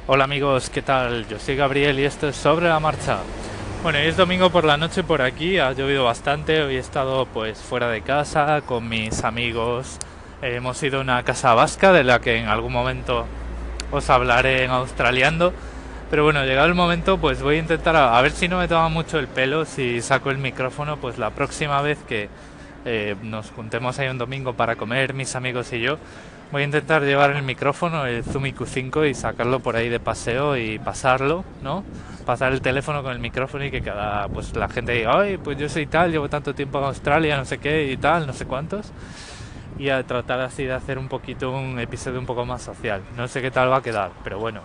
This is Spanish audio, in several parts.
Hola amigos, ¿qué tal? Yo soy Gabriel y esto es Sobre la Marcha. Bueno, hoy es domingo por la noche por aquí, ha llovido bastante, hoy he estado pues fuera de casa con mis amigos. Hemos ido a una casa vasca de la que en algún momento os hablaré en Australiando. Pero bueno, llegado el momento pues voy a intentar a ver si no me toma mucho el pelo, si saco el micrófono pues la próxima vez que nos juntemos ahí un domingo para comer mis amigos y yo. Voy a intentar llevar el micrófono, el Zoom IQ5 y sacarlo por ahí de paseo y pasarlo, ¿no? Pasar el teléfono con el micrófono y que pues la gente diga, ay, pues yo soy tal, llevo tanto tiempo en Australia, no sé qué y tal, no sé cuántos. Y a tratar así de hacer un episodio un poco más social. No sé qué tal va a quedar, pero bueno.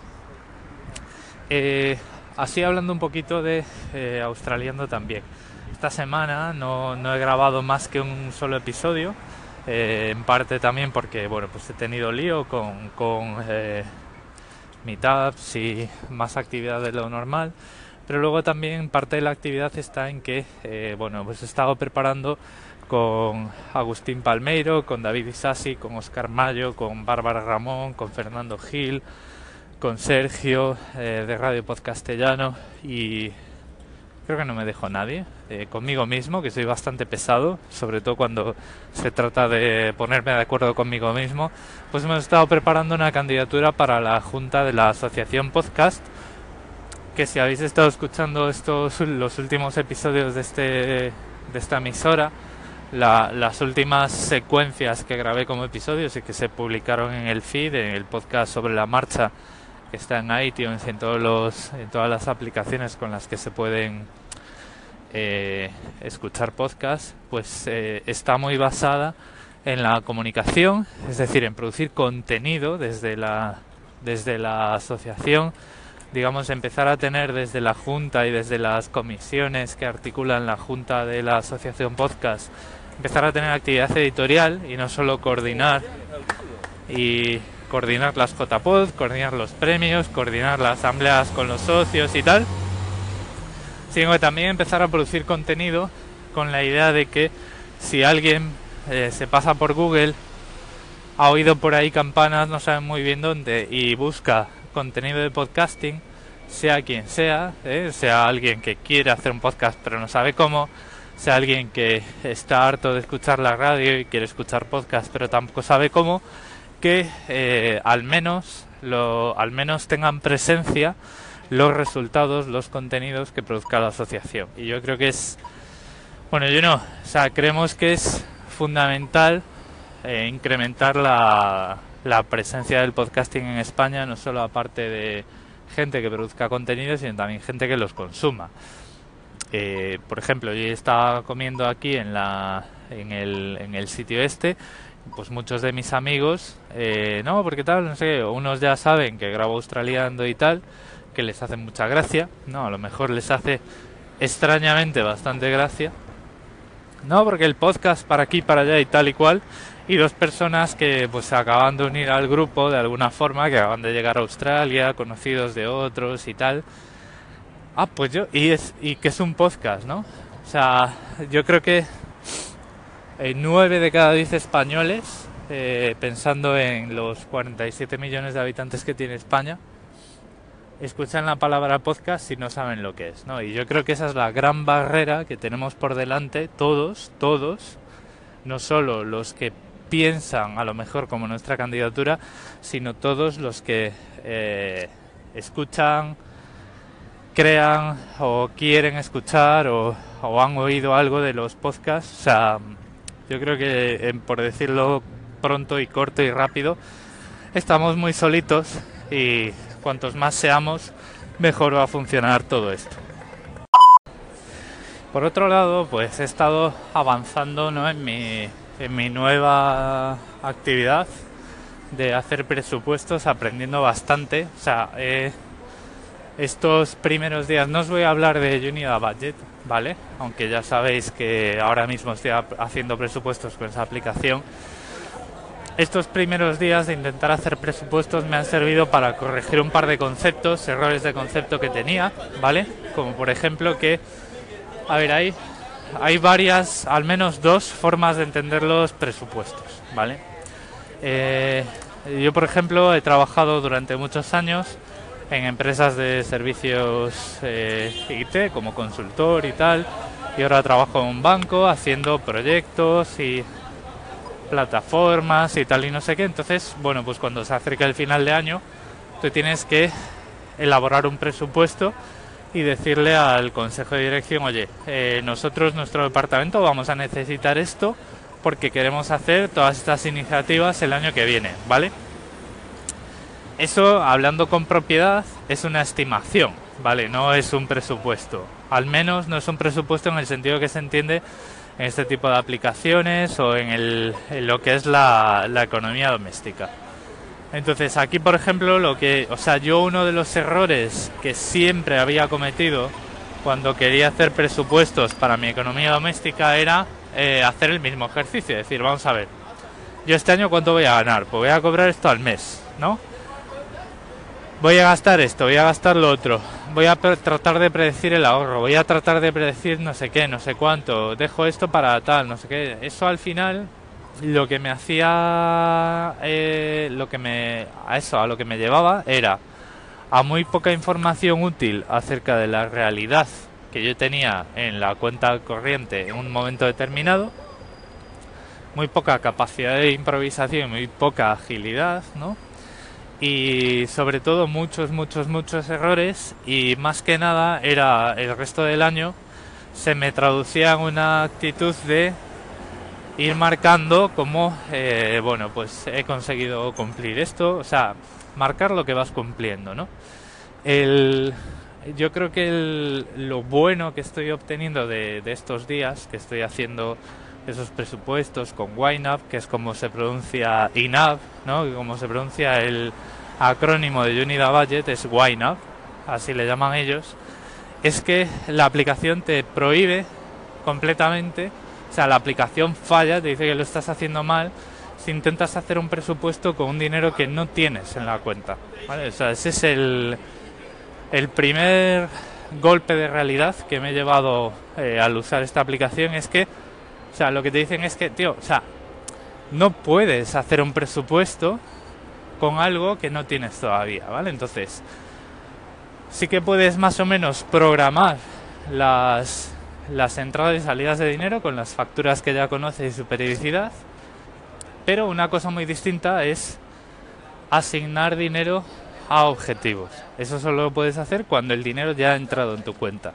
Así hablando un poquito de Australiando también. Esta semana no he grabado más que un solo episodio, en parte también porque bueno, pues he tenido lío con meetups y más actividad de lo normal, pero luego también parte de la actividad está en que bueno, pues he estado preparando con Agustín Palmeiro, con David Isasi, con Oscar Mayo, con Bárbara Ramón, con Fernando Gil, con Sergio de Radio Podcastellano y creo que no me dejo nadie, conmigo mismo, que soy bastante pesado, sobre todo cuando se trata de ponerme de acuerdo conmigo mismo. Pues hemos estado preparando una candidatura para la junta de la asociación Podcast, que si habéis estado escuchando los últimos episodios de esta emisora, las últimas secuencias que grabé como episodios y que se publicaron en el feed, en el podcast Sobre la Marcha, que está en iTunes y en todas las aplicaciones con las que se pueden escuchar podcast, pues está muy basada en la comunicación, es decir, en producir contenido desde la asociación, digamos, empezar a tener desde la Junta y desde las comisiones que articulan la Junta de la Asociación Podcast, empezar a tener actividad editorial y no solo coordinar las JPod, coordinar los premios, coordinar las asambleas con los socios y tal, sino que también empezar a producir contenido con la idea de que si alguien se pasa por Google, ha oído por ahí campanas, no sabe muy bien dónde, y busca contenido de podcasting, sea quien sea, sea alguien que quiere hacer un podcast pero no sabe cómo, sea alguien que está harto de escuchar la radio y quiere escuchar podcast pero tampoco sabe cómo, que al menos tengan presencia los resultados, los contenidos que produzca la asociación. Y yo creo que creemos que es fundamental incrementar la presencia del podcasting en España, no solo aparte de gente que produzca contenidos, sino también gente que los consuma. Por ejemplo, yo estaba comiendo aquí en el sitio pues muchos de mis amigos, no, porque tal, no sé, unos ya saben que grabo Australiando y tal, que les hace mucha gracia, no, a lo mejor les hace extrañamente bastante gracia, no, porque el podcast para aquí, para allá y tal y cual, y dos personas que pues se acaban de unir al grupo de alguna forma, que acaban de llegar a Australia, conocidos de otros y tal. Pues y que es un podcast, ¿no? O sea, yo creo que 9 de cada 10 españoles, pensando en los 47 millones de habitantes que tiene España, escuchan la palabra podcast y no saben lo que es, ¿no? Y yo creo que esa es la gran barrera que tenemos por delante, todos, no solo los que piensan a lo mejor como nuestra candidatura, sino todos los que escuchan, crean o quieren escuchar o han oído algo de los podcasts. O sea, yo creo que, por decirlo pronto y corto y rápido, estamos muy solitos y cuantos más seamos, mejor va a funcionar todo esto. Por otro lado, pues he estado avanzando, ¿no?, en mi nueva actividad de hacer presupuestos, aprendiendo bastante. O sea, estos primeros días no os voy a hablar de You Need a Budget, ¿vale? Aunque ya sabéis que ahora mismo estoy haciendo presupuestos con esa aplicación. Estos primeros días de intentar hacer presupuestos me han servido para corregir un par de conceptos, errores de concepto que tenía, ¿vale? Como por ejemplo que, a ver, hay varias, al menos dos formas de entender los presupuestos, ¿vale? Yo, por ejemplo, he trabajado durante muchos años en empresas de servicios IT como consultor y tal, y ahora trabajo en un banco haciendo proyectos y plataformas y tal y no sé qué. Entonces, bueno, pues cuando se acerca el final de año, tú tienes que elaborar un presupuesto y decirle al consejo de dirección, oye, nosotros, nuestro departamento, vamos a necesitar esto porque queremos hacer todas estas iniciativas el año que viene, ¿vale? Eso, hablando con propiedad, es una estimación, ¿vale? No es un presupuesto. Al menos no es un presupuesto en el sentido que se entiende en este tipo de aplicaciones o en lo que es la economía doméstica. Entonces aquí, por ejemplo, yo uno de los errores que siempre había cometido cuando quería hacer presupuestos para mi economía doméstica era hacer el mismo ejercicio, es decir, vamos a ver, yo este año ¿cuánto voy a ganar? Pues voy a cobrar esto al mes, ¿no? Voy a gastar esto, voy a gastar lo otro, voy a tratar de predecir el ahorro, voy a tratar de predecir no sé qué, no sé cuánto, dejo esto para tal, no sé qué. Eso al final lo que me hacía, a lo que me llevaba era a muy poca información útil acerca de la realidad que yo tenía en la cuenta corriente en un momento determinado, muy poca capacidad de improvisación y muy poca agilidad, ¿no? Y sobre todo muchos errores, y más que nada era el resto del año se me traducía en una actitud de ir marcando como pues he conseguido cumplir esto, o sea, marcar lo que vas cumpliendo, ¿no? Yo creo que lo bueno que estoy obteniendo de estos días, que estoy haciendo esos presupuestos con YNAB, que es como se pronuncia INAB, ¿no? Como se pronuncia el acrónimo de You Need a Budget, es YNAB, así le llaman ellos, es que la aplicación te prohíbe completamente, o sea, la aplicación falla, te dice que lo estás haciendo mal si intentas hacer un presupuesto con un dinero que no tienes en la cuenta, ¿vale? O sea, ese es el primer golpe de realidad que me he llevado al usar esta aplicación, es que, o sea, lo que te dicen es que, tío, o sea, no puedes hacer un presupuesto con algo que no tienes todavía, ¿vale? Entonces, sí que puedes más o menos programar las entradas y salidas de dinero con las facturas que ya conoces y su periodicidad, pero una cosa muy distinta es asignar dinero a objetivos. Eso solo lo puedes hacer cuando el dinero ya ha entrado en tu cuenta.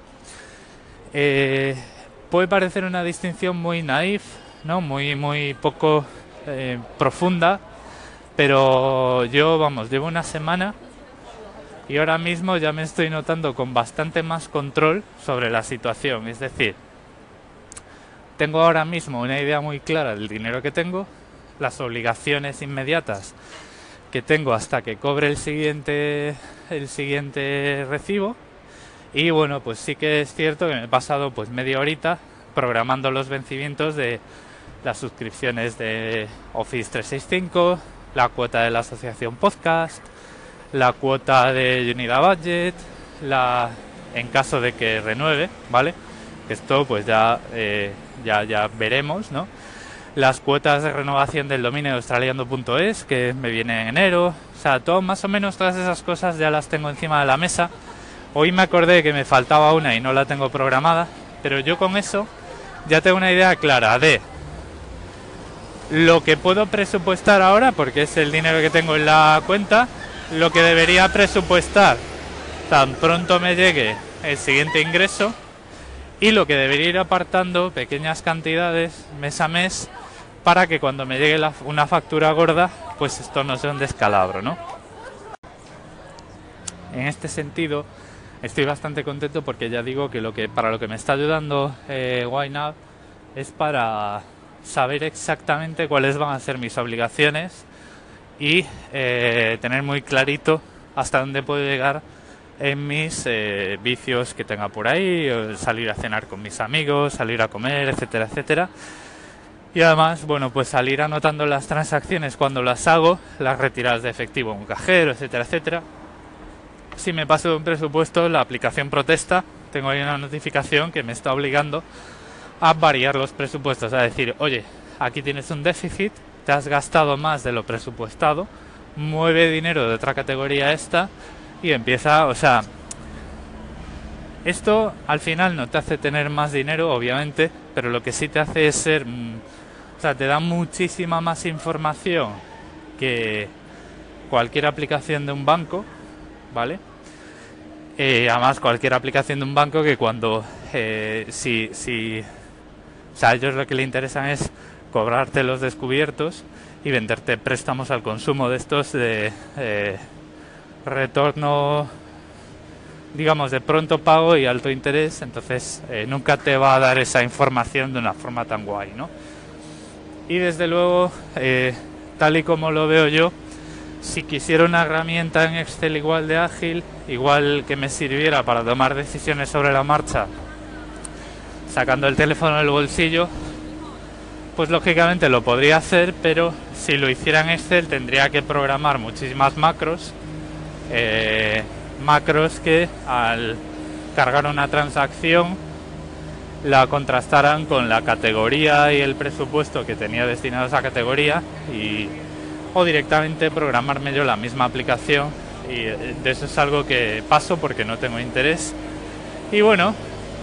Puede parecer una distinción muy naif, ¿no? Muy poco profunda, pero yo, llevo una semana y ahora mismo ya me estoy notando con bastante más control sobre la situación. Es decir, tengo ahora mismo una idea muy clara del dinero que tengo, las obligaciones inmediatas que tengo hasta que cobre el siguiente recibo, y bueno, pues sí que es cierto que me he pasado pues media horita programando los vencimientos de las suscripciones de Office 365, la cuota de la asociación podcast, la cuota de You Need a Budget, en caso de que renueve, ¿vale? Esto pues ya veremos, ¿no? Las cuotas de renovación del dominio australiano.es, que me viene en enero. O sea, más o menos todas esas cosas ya las tengo encima de la mesa. Hoy me acordé que me faltaba una y no la tengo programada, pero yo con eso ya tengo una idea clara de lo que puedo presupuestar ahora, porque es el dinero que tengo en la cuenta, lo que debería presupuestar tan pronto me llegue el siguiente ingreso, y lo que debería ir apartando pequeñas cantidades mes a mes para que cuando me llegue una factura gorda, pues esto no sea un descalabro, ¿no? En este sentido estoy bastante contento porque ya digo que para lo que me está ayudando YNAB es para saber exactamente cuáles van a ser mis obligaciones y tener muy clarito hasta dónde puedo llegar en mis vicios que tenga por ahí, salir a cenar con mis amigos, salir a comer, etcétera, etcétera. Y además, bueno, pues salir anotando las transacciones cuando las hago, las retiradas de efectivo en un cajero, etcétera, etcétera. Si me paso de un presupuesto, la aplicación protesta, tengo ahí una notificación que me está obligando a variar los presupuestos, a decir, oye, aquí tienes un déficit, te has gastado más de lo presupuestado, mueve dinero de otra categoría a esta y empieza, o sea, esto al final no te hace tener más dinero, obviamente, pero lo que sí te hace es ser, o sea, te da muchísima más información que cualquier aplicación de un banco, ¿vale? Además, cualquier aplicación de un banco que cuando, o sea, a ellos lo que le interesan es cobrarte los descubiertos y venderte préstamos al consumo de estos de retorno, digamos, de pronto pago y alto interés. Entonces nunca te va a dar esa información de una forma tan guay, ¿no? Y desde luego, tal y como lo veo yo, si quisiera una herramienta en Excel igual de ágil, igual que me sirviera para tomar decisiones sobre la marcha, sacando el teléfono del bolsillo, pues lógicamente lo podría hacer, pero si lo hiciera en Excel tendría que programar muchísimas macros, macros que al cargar una transacción la contrastaran con la categoría y el presupuesto que tenía destinado a esa categoría, o directamente programarme yo la misma aplicación, y de eso es algo que paso porque no tengo interés. Y bueno,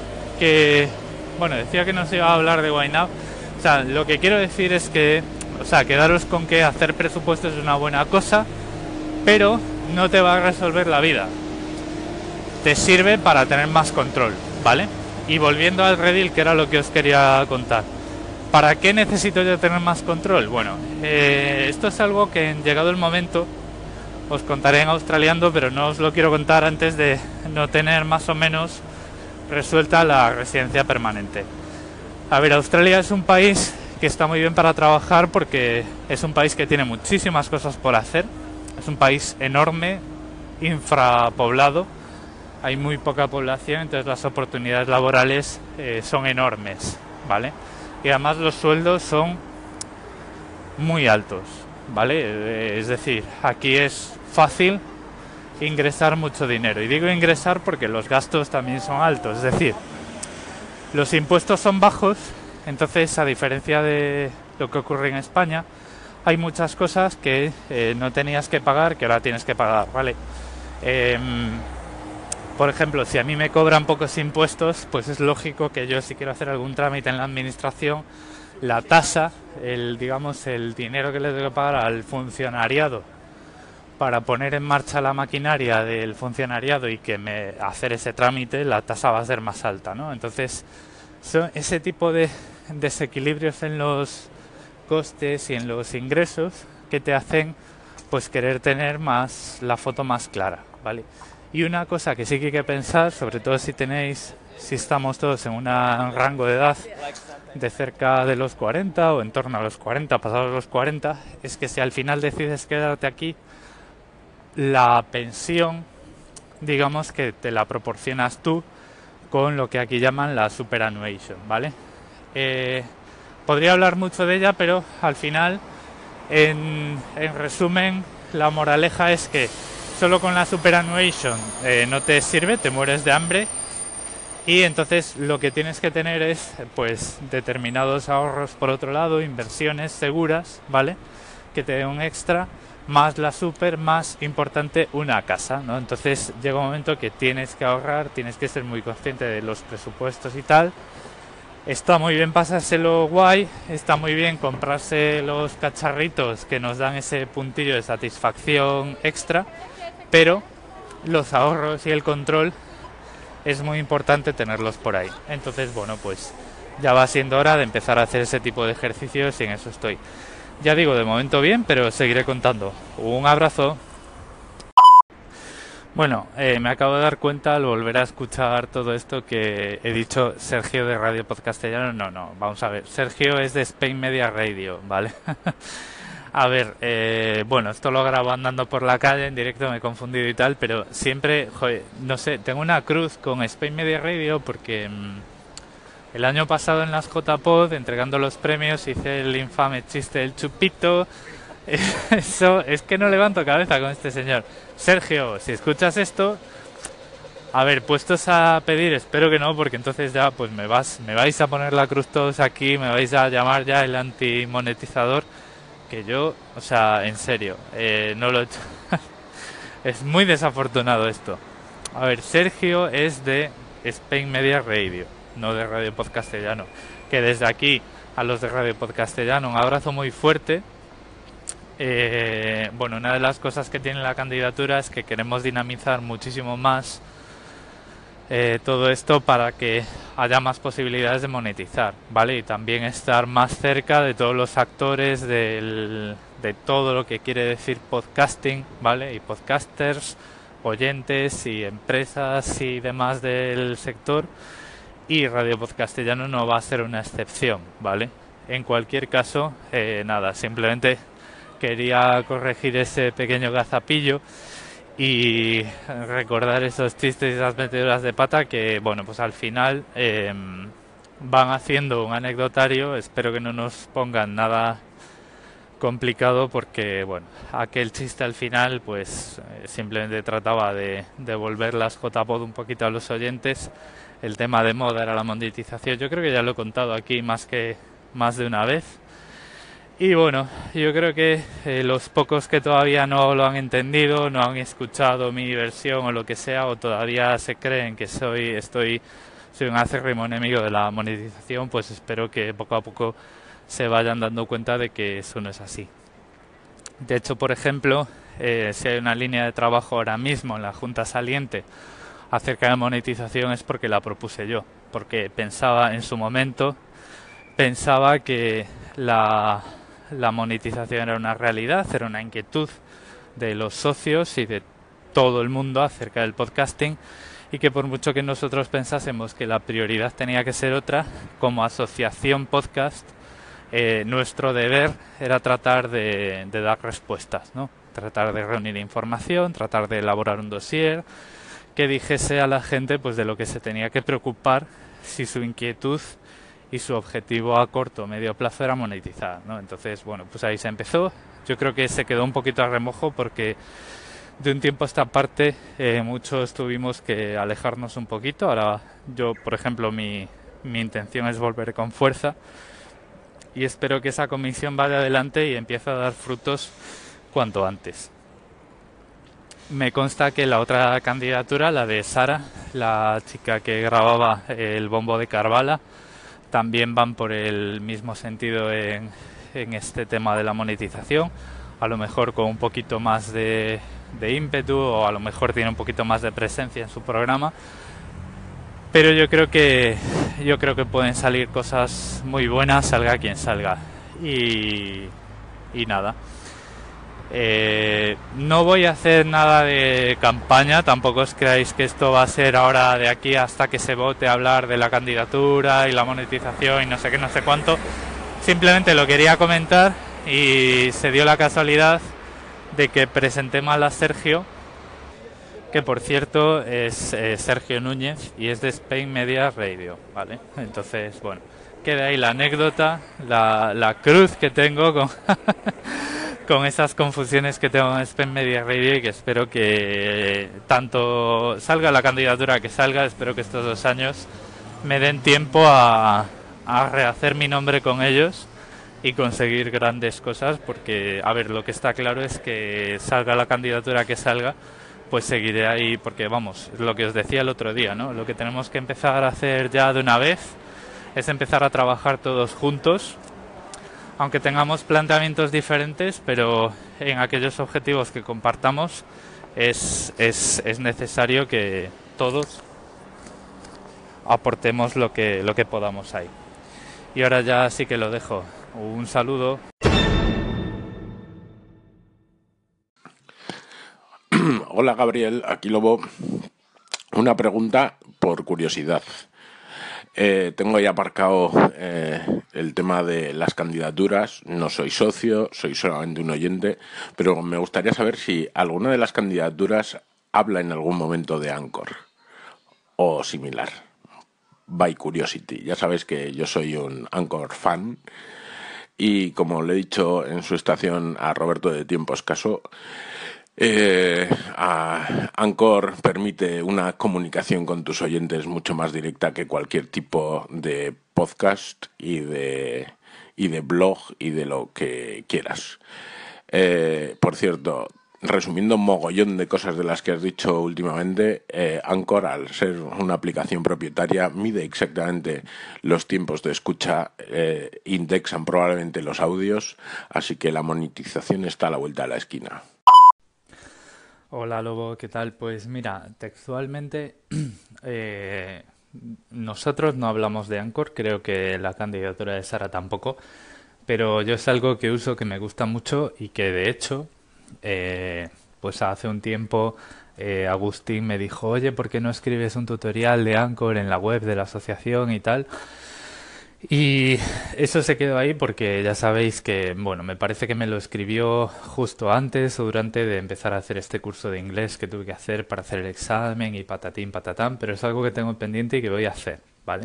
decía que no se iba a hablar de Why Now. O sea, lo que quiero decir es que, o sea, quedaros con que hacer presupuestos es una buena cosa, pero no te va a resolver la vida. Te sirve para tener más control, ¿vale? Y volviendo al Redil, que era lo que os quería contar. ¿Para qué necesito yo tener más control? Bueno, esto es algo que en llegado el momento os contaré en Australiando, pero no os lo quiero contar antes de no tener más o menos resuelta la residencia permanente. A ver, Australia es un país que está muy bien para trabajar porque es un país que tiene muchísimas cosas por hacer. Es un país enorme, infrapoblado, hay muy poca población, entonces las oportunidades laborales son enormes, ¿vale? Y además los sueldos son muy altos, ¿vale? Es decir, aquí es fácil ingresar mucho dinero. Y digo ingresar porque los gastos también son altos. Es decir, los impuestos son bajos, entonces a diferencia de lo que ocurre en España, hay muchas cosas que no tenías que pagar, que ahora tienes que pagar, ¿vale? Por ejemplo, si a mí me cobran pocos impuestos, pues es lógico que yo, si quiero hacer algún trámite en la administración, la tasa, el dinero que le tengo que pagar al funcionariado para poner en marcha la maquinaria del funcionariado y que hacer ese trámite, la tasa va a ser más alta, ¿no? Entonces, son ese tipo de desequilibrios en los costes y en los ingresos que te hacen, pues, querer tener la foto más clara, ¿vale? Y una cosa que sí que hay que pensar, sobre todo si estamos todos en un rango de edad de cerca de los 40 o en torno a los 40, pasados los 40, es que si al final decides quedarte aquí, la pensión, digamos que te la proporcionas tú con lo que aquí llaman la superannuation, ¿vale? Podría hablar mucho de ella, pero al final, en resumen, la moraleja es que solo con la superannuation no te sirve, te mueres de hambre, y entonces lo que tienes que tener es, pues, determinados ahorros por otro lado, inversiones seguras, ¿vale? Que te den un extra, más la super, más importante, una casa, ¿no? Entonces llega un momento que tienes que ahorrar, tienes que ser muy consciente de los presupuestos y tal. Está muy bien pasárselo guay, está muy bien comprarse los cacharritos que nos dan ese puntillo de satisfacción extra, pero los ahorros y el control es muy importante tenerlos por ahí. Entonces, bueno, pues ya va siendo hora de empezar a hacer ese tipo de ejercicios y en eso estoy. Ya digo, de momento bien, pero seguiré contando. Un abrazo. Bueno, me acabo de dar cuenta al volver a escuchar todo esto que he dicho Sergio de Radio Podcastellano. No, vamos a ver. Sergio es de Spain Media Radio, ¿vale? A ver, esto lo grabo andando por la calle, en directo me he confundido y tal, pero siempre, no sé, tengo una cruz con Spain Media Radio porque el año pasado en las JPod, entregando los premios, hice el infame chiste del chupito. Eso es que no levanto cabeza con este señor. Sergio, si escuchas esto, a ver, puestos a pedir, espero que no, porque entonces ya pues me vais a poner la cruz todos aquí, me vais a llamar ya el antimonetizador, que yo, o sea, en serio, no lo he hecho. Es muy desafortunado esto. A ver, Sergio es de Spain Media Radio, no de Radio Podcastellano. Que desde aquí a los de Radio Podcastellano un abrazo muy fuerte. Bueno, una de las cosas que tiene la candidatura es que queremos dinamizar muchísimo más todo esto para que haya más posibilidades de monetizar, ¿vale? Y también estar más cerca de todos los actores de todo lo que quiere decir podcasting, ¿vale? Y podcasters, oyentes y empresas y demás del sector. Y Radio Podcastellano no va a ser una excepción, ¿vale? En cualquier caso, nada, simplemente quería corregir ese pequeño gazapillo y recordar esos chistes y esas meteduras de pata que, bueno, pues al final van haciendo un anecdotario. Espero que no nos pongan nada complicado porque, bueno, aquel chiste al final pues simplemente trataba de devolver las JPod un poquito a los oyentes. El tema de moda era la monetización. Yo creo que ya lo he contado aquí más de una vez. Y bueno, yo creo que los pocos que todavía no lo han entendido, no han escuchado mi versión o lo que sea, o todavía se creen que soy un acérrimo enemigo de la monetización, pues espero que poco a poco se vayan dando cuenta de que eso no es así. De hecho, por ejemplo, si hay una línea de trabajo ahora mismo en la Junta Saliente acerca de monetización es porque la propuse yo, porque pensaba en su momento, que la monetización era una realidad, era una inquietud de los socios y de todo el mundo acerca del podcasting, y que por mucho que nosotros pensásemos que la prioridad tenía que ser otra, como asociación podcast, nuestro deber era tratar de dar respuestas, ¿no? Tratar de reunir información, tratar de elaborar un dossier que dijese a la gente pues de lo que se tenía que preocupar si su inquietud y su objetivo a corto o medio plazo era monetizar, ¿no? Entonces, bueno, pues ahí se empezó. Yo creo que se quedó un poquito a remojo porque de un tiempo a esta parte muchos tuvimos que alejarnos un poquito. Ahora yo, por ejemplo, mi intención es volver con fuerza y espero que esa comisión vaya adelante y empiece a dar frutos cuanto antes. Me consta que la otra candidatura, la de Sara, la chica que grababa el bombo de Carvala, también van por el mismo sentido en este tema de la monetización, a lo mejor con un poquito más de ímpetu, o a lo mejor tiene un poquito más de presencia en su programa, pero yo creo que pueden salir cosas muy buenas, salga quien salga. Y nada, no voy a hacer nada de campaña, tampoco os creáis que esto va a ser ahora de aquí hasta que se vote a hablar de la candidatura y la monetización y no sé qué, no sé cuánto. Simplemente lo quería comentar y se dio la casualidad de que presenté mal a Sergio, que por cierto es Sergio Núñez y es de Spain Media Radio, ¿vale? Entonces, bueno, queda ahí la anécdota, la cruz que tengo con con esas confusiones que tengo en Spain Media Radio, y que espero que tanto salga la candidatura que salga, espero que estos 2 años me den tiempo a rehacer mi nombre con ellos y conseguir grandes cosas, porque, a ver, lo que está claro es que salga la candidatura que salga, pues seguiré ahí, porque vamos, lo que os decía el otro día, ¿no? Lo que tenemos que empezar a hacer ya de una vez es empezar a trabajar todos juntos, aunque tengamos planteamientos diferentes, pero en aquellos objetivos que compartamos es necesario que todos aportemos lo que podamos ahí. Y ahora ya sí que lo dejo. Un saludo. Hola Gabriel, aquí Lobo. Una pregunta por curiosidad. Tengo ya aparcado el tema de las candidaturas. No soy socio, soy solamente un oyente, pero me gustaría saber si alguna de las candidaturas habla en algún momento de Anchor o similar. By Curiosity. Ya sabes que yo soy un Anchor fan y, como le he dicho en su estación a Roberto de Tiempo Escaso, Anchor permite una comunicación con tus oyentes mucho más directa que cualquier tipo de podcast y de blog y de lo que quieras. Por cierto, resumiendo un mogollón de cosas de las que has dicho últimamente, Anchor, al ser una aplicación propietaria, mide exactamente los tiempos de escucha, indexan probablemente los audios, así que la monetización está a la vuelta de la esquina. Hola Lobo, ¿qué tal? Pues mira, textualmente eh, nosotros no hablamos de Anchor, creo que la candidatura de Sara tampoco, pero yo es algo que uso que me gusta mucho y que de hecho, pues hace un tiempo Agustín me dijo, oye, ¿por qué no escribes un tutorial de Anchor en la web de la asociación y tal? Y eso se quedó ahí porque ya sabéis que, bueno, me parece que me lo escribió justo antes o durante de empezar a hacer este curso de inglés que tuve que hacer para hacer el examen y patatín patatán, pero es algo que tengo pendiente y que voy a hacer, ¿vale?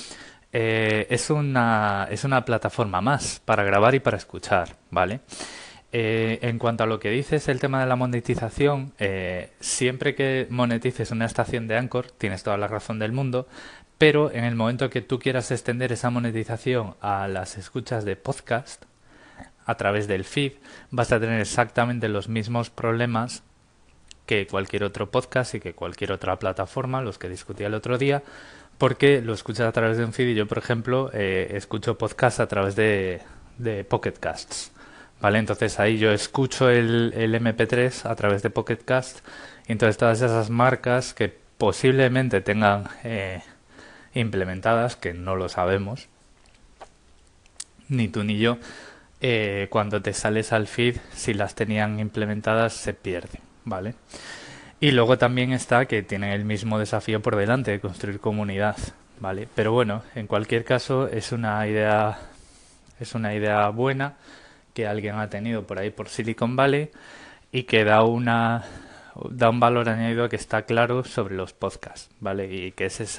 Es una plataforma más para grabar y para escuchar, ¿vale? En cuanto a lo que dices, el tema de la monetización, siempre que monetices una estación de Anchor, tienes toda la razón del mundo, pero en el momento que tú quieras extender esa monetización a las escuchas de podcast, a través del feed, vas a tener exactamente los mismos problemas que cualquier otro podcast y que cualquier otra plataforma, los que discutí el otro día, porque lo escuchas a través de un feed y yo, por ejemplo, escucho podcast a través de Pocket Casts. ¿Vale? Entonces ahí yo escucho el MP3 a través de Pocket Cast y entonces todas esas marcas que posiblemente tengan implementadas, que no lo sabemos, ni tú ni yo, cuando te sales al feed, si las tenían implementadas se pierden, ¿vale? Y luego también está que tienen el mismo desafío por delante de construir comunidad, ¿vale? Pero bueno, en cualquier caso es una idea buena que alguien ha tenido por ahí por Silicon Valley y que da un valor añadido que está claro sobre los podcasts, ¿vale? Y que es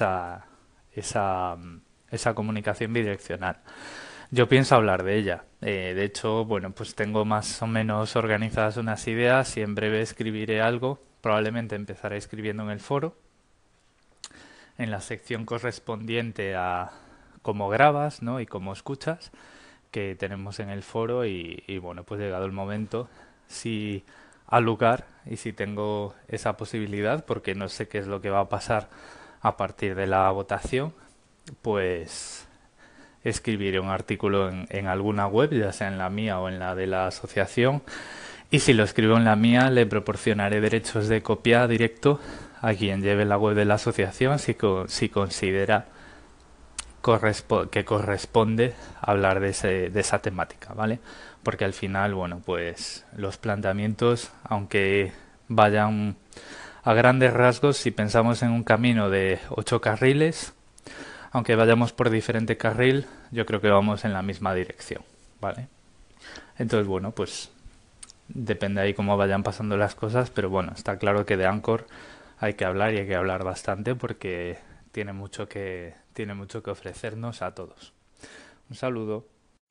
esa comunicación bidireccional. Yo pienso hablar de ella. De hecho, bueno, pues tengo más o menos organizadas unas ideas y en breve escribiré algo. Probablemente empezaré escribiendo en el foro, en la sección correspondiente a cómo grabas, ¿no? Y cómo escuchas, que tenemos en el foro y bueno, pues llegado el momento, si al lugar y si tengo esa posibilidad, porque no sé qué es lo que va a pasar a partir de la votación, pues escribiré un artículo en alguna web, ya sea en la mía o en la de la asociación, y si lo escribo en la mía le proporcionaré derechos de copia directo a quien lleve la web de la asociación si considera que corresponde hablar de esa temática, ¿vale? Porque al final, bueno, pues los planteamientos, aunque vayan a grandes rasgos, si pensamos en un camino de 8 carriles, aunque vayamos por diferente carril, yo creo que vamos en la misma dirección, ¿vale? Entonces, bueno, pues depende ahí cómo vayan pasando las cosas, pero bueno, está claro que de Anchor hay que hablar y hay que hablar bastante porque tiene mucho que ofrecernos a todos. Un saludo.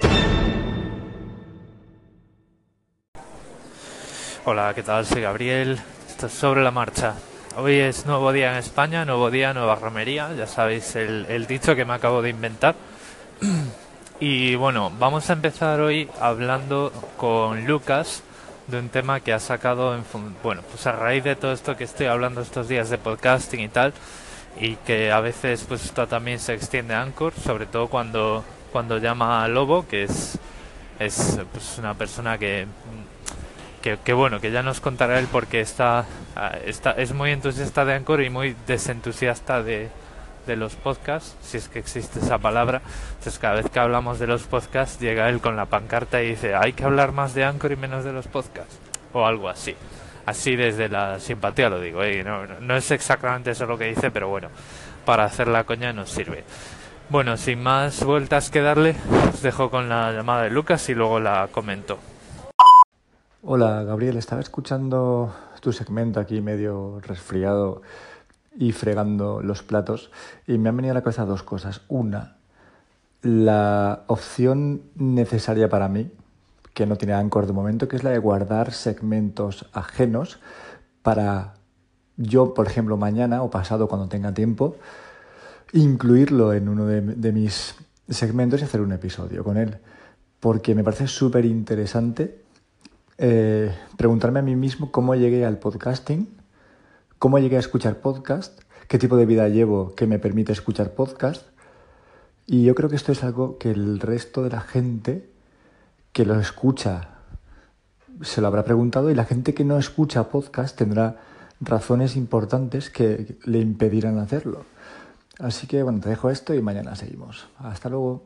Hola, ¿qué tal? Soy Gabriel. Esto es Sobre la Marcha. Hoy es nuevo día en España, nuevo día, nueva romería. Ya sabéis el dicho que me acabo de inventar. Y bueno, vamos a empezar hoy hablando con Lucas de un tema que ha sacado, bueno, pues a raíz de todo esto que estoy hablando estos días de podcasting y tal, y que a veces pues esto también se extiende a Anchor, sobre todo cuando llama a Lobo, que es pues una persona que bueno, que ya nos contará él porque es muy entusiasta de Anchor y muy desentusiasta de los podcasts, si es que existe esa palabra. Entonces cada vez que hablamos de los podcasts llega él con la pancarta y dice hay que hablar más de Anchor y menos de los podcasts, o algo así. Así desde la simpatía lo digo, no es exactamente eso lo que dice, pero bueno, para hacer la coña nos sirve. Bueno, sin más vueltas que darle, os dejo con la llamada de Lucas y luego la comento. Hola Gabriel, estaba escuchando tu segmento aquí medio resfriado y fregando los platos y me han venido a la cabeza dos cosas. Una, la opción necesaria para mí, que no tiene Anchor de momento, que es la de guardar segmentos ajenos para yo, por ejemplo, mañana o pasado cuando tenga tiempo, incluirlo en uno de mis segmentos y hacer un episodio con él. Porque me parece súper interesante preguntarme a mí mismo cómo llegué al podcasting, cómo llegué a escuchar podcast, qué tipo de vida llevo que me permite escuchar podcast. Y yo creo que esto es algo que el resto de la gente que lo escucha se lo habrá preguntado, y la gente que no escucha podcast tendrá razones importantes que le impedirán hacerlo. Así que bueno, te dejo esto y mañana seguimos. Hasta luego.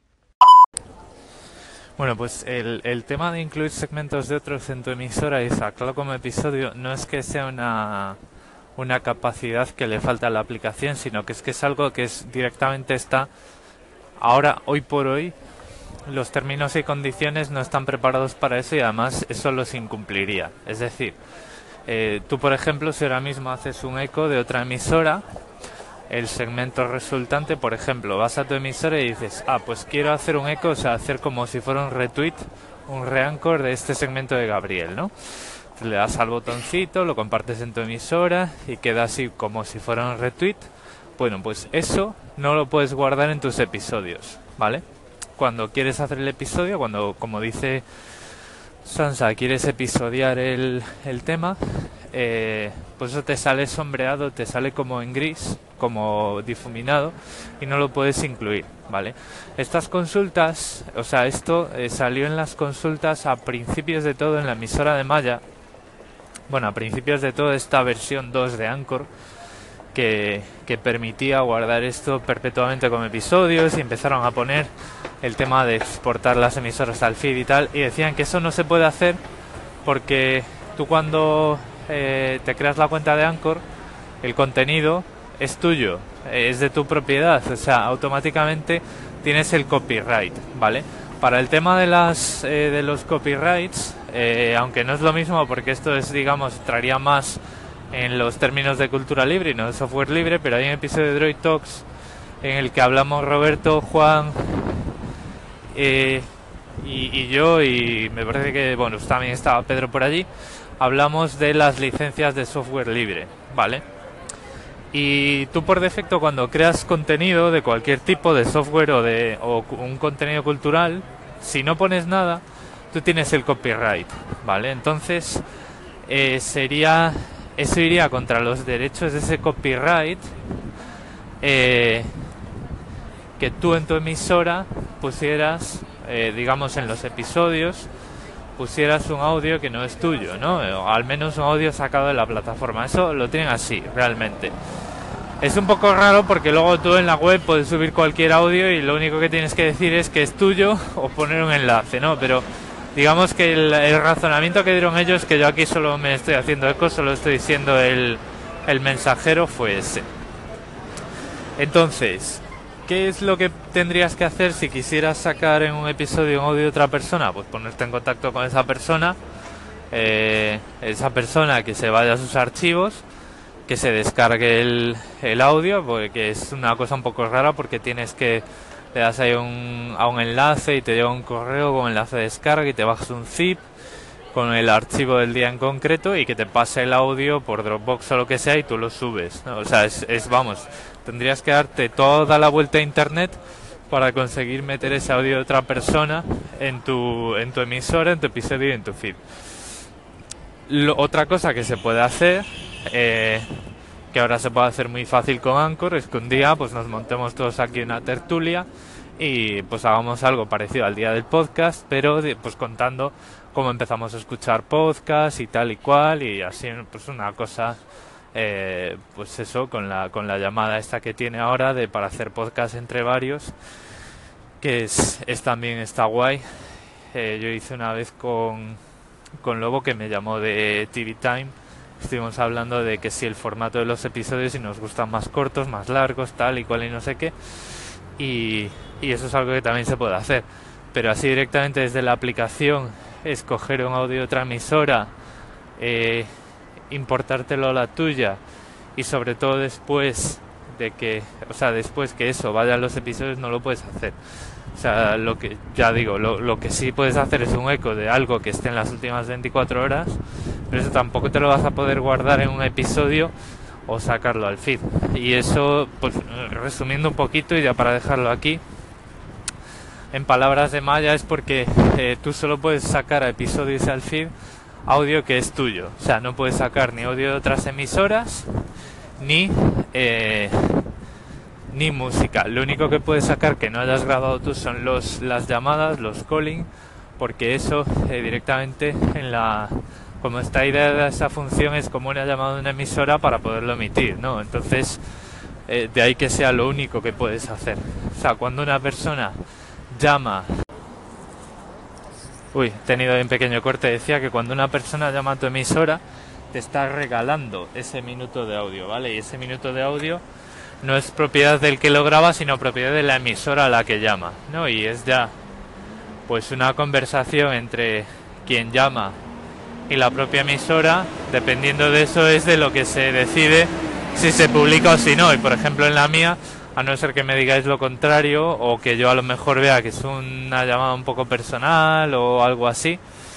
Bueno, pues el tema de incluir segmentos de otros en tu emisora y sacarlo como episodio no es que sea una capacidad que le falta a la aplicación, sino que es algo que directamente está ahora, hoy por hoy. Los términos y condiciones no están preparados para eso, y además eso los incumpliría. Es decir, tú por ejemplo, si ahora mismo haces un eco de otra emisora, el segmento resultante, por ejemplo, vas a tu emisora y dices, pues quiero hacer un eco, o sea, hacer como si fuera un retweet, un reanchor de este segmento de Gabriel, ¿no? Le das al botoncito, lo compartes en tu emisora y queda así como si fuera un retweet. Bueno, pues eso no lo puedes guardar en tus episodios, ¿vale? Cuando quieres hacer el episodio, cuando, como dice Sansa, quieres episodiar el tema, pues eso te sale sombreado, te sale como en gris, como difuminado, y no lo puedes incluir, ¿vale? Estas consultas, o sea, esto salió en las consultas a principios de todo en la emisora de Maya. Bueno, a principios de todo esta versión 2 de Anchor, que permitía guardar esto perpetuamente como episodios, y empezaron a poner el tema de exportar las emisoras al feed y tal, y decían que eso no se puede hacer porque tú cuando te creas la cuenta de Anchor, el contenido es tuyo, es de tu propiedad, o sea, automáticamente tienes el copyright, ¿vale? Para el tema de los copyrights, aunque no es lo mismo porque esto es, digamos, traería más en los términos de cultura libre y no de software libre, pero hay un episodio de Droid Talks en el que hablamos Roberto, Juan y yo, y me parece que, bueno, también estaba Pedro por allí. Hablamos de las licencias de software libre, ¿vale? Y tú por defecto, cuando creas contenido de cualquier tipo de software o un contenido cultural, si no pones nada, tú tienes el copyright, ¿vale? Entonces eso iría contra los derechos de ese copyright, que tú en tu emisora pusieras, digamos en los episodios, pusieras un audio que no es tuyo, ¿no? O al menos un audio sacado de la plataforma. Eso lo tienen así, realmente. Es un poco raro porque luego tú en la web puedes subir cualquier audio y lo único que tienes que decir es que es tuyo o poner un enlace, ¿no? Pero digamos que el razonamiento que dieron ellos, que yo aquí solo me estoy haciendo eco, solo estoy siendo el mensajero, fue ese. Entonces, ¿qué es lo que tendrías que hacer si quisieras sacar en un episodio un audio de otra persona? Pues ponerte en contacto con esa persona que se vaya a sus archivos, que se descargue el audio, porque es una cosa un poco rara, porque le das ahí a un enlace y te llega un correo con enlace de descarga y te bajas un zip con el archivo del día en concreto y que te pase el audio por Dropbox o lo que sea y tú lo subes, ¿no? O sea, vamos, tendrías que darte toda la vuelta a internet para conseguir meter ese audio de otra persona en tu emisora, en tu episodio y en tu feed. Otra cosa que se puede hacer, que ahora se puede hacer muy fácil con Anchor, es que un día pues nos montemos todos aquí en una tertulia y pues hagamos algo parecido al día del podcast, pero pues contando cómo empezamos a escuchar podcast y tal y cual, y así pues una cosa, pues eso, con la llamada esta que tiene ahora para hacer podcast entre varios, que también está guay. Yo hice una vez con Lobo, que me llamó de TV Time. Estuvimos hablando de que si el formato de los episodios, si nos gustan más cortos, más largos, tal y cual y no sé qué, y eso es algo que también se puede hacer, pero así directamente desde la aplicación, escoger un audio de otra emisora, importártelo a la tuya, y sobre todo después que eso vaya a los episodios, no lo puedes hacer. O sea, lo que sí puedes hacer es un eco de algo que esté en las últimas 24 horas, pero eso tampoco te lo vas a poder guardar en un episodio o sacarlo al feed. Y eso, pues resumiendo un poquito y ya para dejarlo aquí, en palabras de Maya es porque tú solo puedes sacar a episodios al feed audio que es tuyo. O sea, no puedes sacar ni audio de otras emisoras ni música. Lo único que puedes sacar que no hayas grabado tú son las llamadas, los calling, porque eso directamente como esta idea de esa función es como una llamada de una emisora para poderlo emitir, ¿no? Entonces, de ahí que sea lo único que puedes hacer. O sea, cuando una persona llama... Uy, he tenido un pequeño corte. Decía que cuando una persona llama a tu emisora, te está regalando ese minuto de audio, ¿vale? Y ese minuto de audio no es propiedad del que lo graba, sino propiedad de la emisora a la que llama, ¿no? Y es ya, pues, una conversación entre quien llama y la propia emisora. Dependiendo de eso es de lo que se decide si se publica o si no. Y por ejemplo en la mía, a no ser que me digáis lo contrario o que yo a lo mejor vea que es una llamada un poco personal o algo así,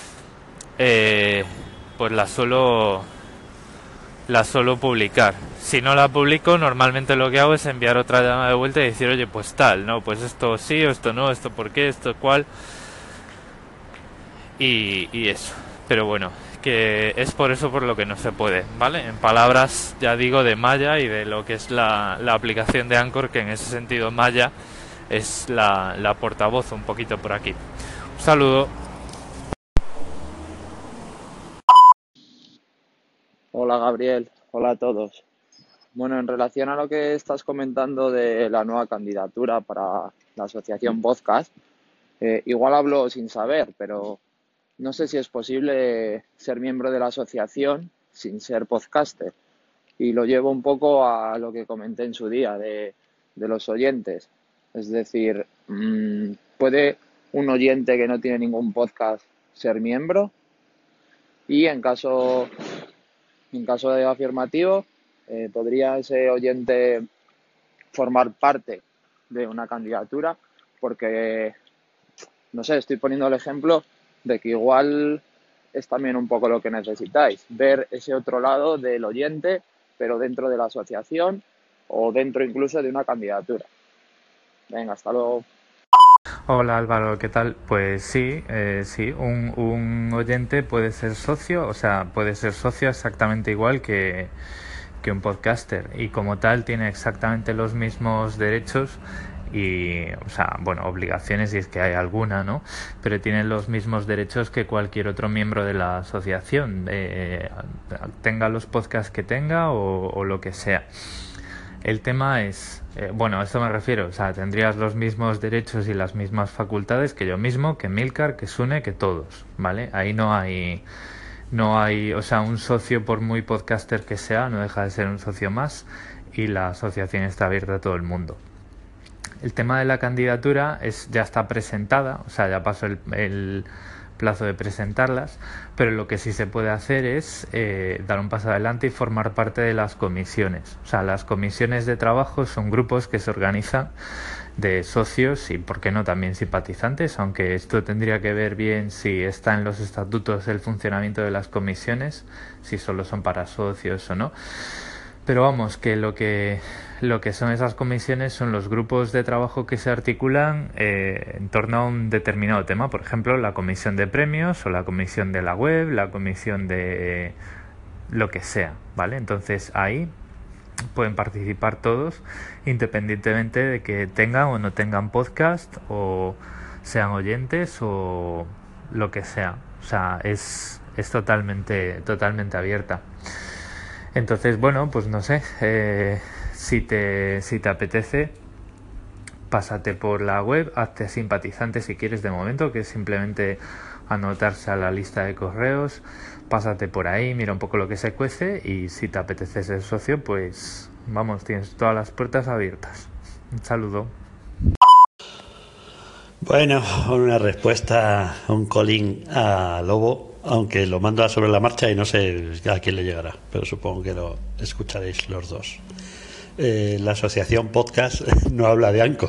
pues la suelo publicar. Si no la publico, normalmente lo que hago es enviar otra llamada de vuelta y decir, oye, pues tal, no, pues esto sí o esto no, esto por qué, esto cuál, y eso. Pero bueno, que es por eso por lo que no se puede, ¿vale? En palabras, ya digo, de Maya y de lo que es la aplicación de Anchor, que en ese sentido Maya es la portavoz un poquito por aquí. Un saludo. Hola Gabriel, hola a todos. Bueno, en relación a lo que estás comentando de la nueva candidatura para la asociación Podcast, igual hablo sin saber, pero no sé si es posible ser miembro de la asociación sin ser podcaster. Y lo llevo un poco a lo que comenté en su día de los oyentes. Es decir, ¿puede un oyente que no tiene ningún podcast ser miembro? Y en caso de afirmativo, ¿podría ese oyente formar parte de una candidatura? Porque, no sé, estoy poniendo el ejemplo de que igual es también un poco lo que necesitáis, ver ese otro lado del oyente, pero dentro de la asociación o dentro incluso de una candidatura. Venga, hasta luego. Hola Álvaro, ¿qué tal? Pues sí, un oyente puede ser socio, o sea, puede ser socio exactamente igual que un podcaster, y como tal tiene exactamente los mismos derechos y, o sea, bueno, obligaciones si es que hay alguna, ¿no? Pero tiene los mismos derechos que cualquier otro miembro de la asociación, tenga los podcasts que tenga o lo que sea. El tema es, bueno, a esto me refiero, o sea, tendrías los mismos derechos y las mismas facultades que yo mismo, que Milcar, que Sune, que todos, ¿vale? Ahí no hay, o sea, un socio, por muy podcaster que sea, no deja de ser un socio más, y la asociación está abierta a todo el mundo. El tema de la candidatura ya está presentada, o sea, ya pasó el plazo de presentarlas, pero lo que sí se puede hacer es dar un paso adelante y formar parte de las comisiones. O sea, las comisiones de trabajo son grupos que se organizan de socios y, por qué no, también simpatizantes, aunque esto tendría que ver bien si está en los estatutos el funcionamiento de las comisiones, si solo son para socios o no. Pero vamos, que lo que son esas comisiones son los grupos de trabajo que se articulan en torno a un determinado tema. Por ejemplo, la comisión de premios o la comisión de la web, la comisión de lo que sea, ¿vale? Entonces ahí pueden participar todos, independientemente de que tengan o no tengan podcast o sean oyentes o lo que sea. O sea, es totalmente abierta. Entonces, bueno, pues no sé, si te apetece, pásate por la web, hazte simpatizante si quieres de momento, que es simplemente anotarse a la lista de correos, pásate por ahí, mira un poco lo que se cuece, y si te apetece ser socio, pues vamos, tienes todas las puertas abiertas. Un saludo. Bueno, una respuesta, un calling a Lobo, aunque lo manda sobre la marcha y no sé a quién le llegará, pero supongo que lo escucharéis los dos. La asociación Podcast no habla de Anchor.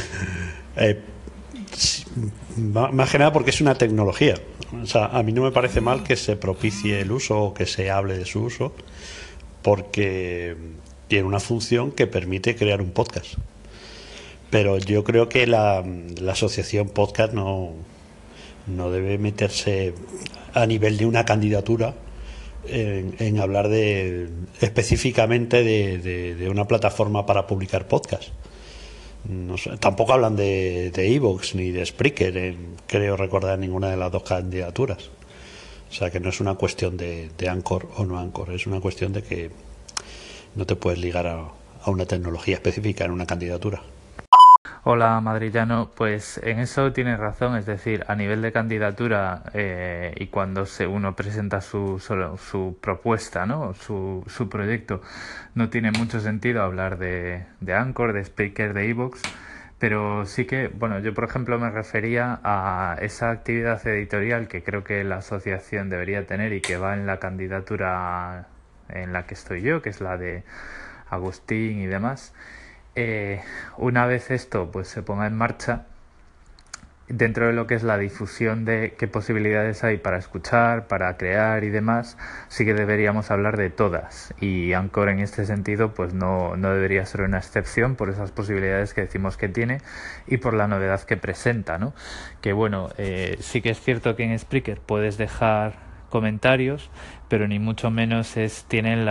Más que nada porque es una tecnología. O sea, a mí no me parece mal que se propicie el uso o que se hable de su uso, porque tiene una función que permite crear un podcast. Pero yo creo que la asociación podcast no debe meterse a nivel de una candidatura en hablar específicamente de una plataforma para publicar podcast. No sé, tampoco hablan de iVoox ni de Spreaker, creo recordar ninguna de las dos candidaturas. O sea que no es una cuestión de Anchor o no Anchor, es una cuestión de que no te puedes ligar a una tecnología específica en una candidatura. Hola madrillano, pues en eso tienes razón, es decir, a nivel de candidatura y cuando uno presenta su propuesta, ¿no? su proyecto, no tiene mucho sentido hablar de Anchor, de Spreaker, de iVoox, pero sí que, bueno, yo por ejemplo me refería a esa actividad editorial que creo que la asociación debería tener y que va en la candidatura en la que estoy yo, que es la de Agustín y demás. Una vez esto pues se ponga en marcha, dentro de lo que es la difusión de qué posibilidades hay para escuchar, para crear y demás, sí que deberíamos hablar de todas, y Anchor en este sentido pues no debería ser una excepción por esas posibilidades que decimos que tiene y por la novedad que presenta, ¿no? Que bueno, sí que es cierto que en Spreaker puedes dejar comentarios, pero ni mucho menos tienen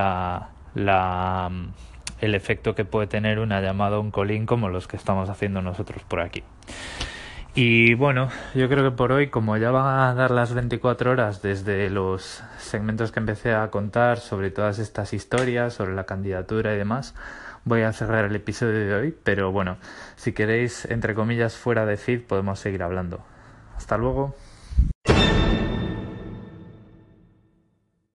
el efecto que puede tener una llamada o un call-in como los que estamos haciendo nosotros por aquí. Y bueno, yo creo que por hoy, como ya van a dar las 24 horas desde los segmentos que empecé a contar sobre todas estas historias, sobre la candidatura y demás, voy a cerrar el episodio de hoy, pero bueno, si queréis, entre comillas, fuera de feed, podemos seguir hablando. Hasta luego.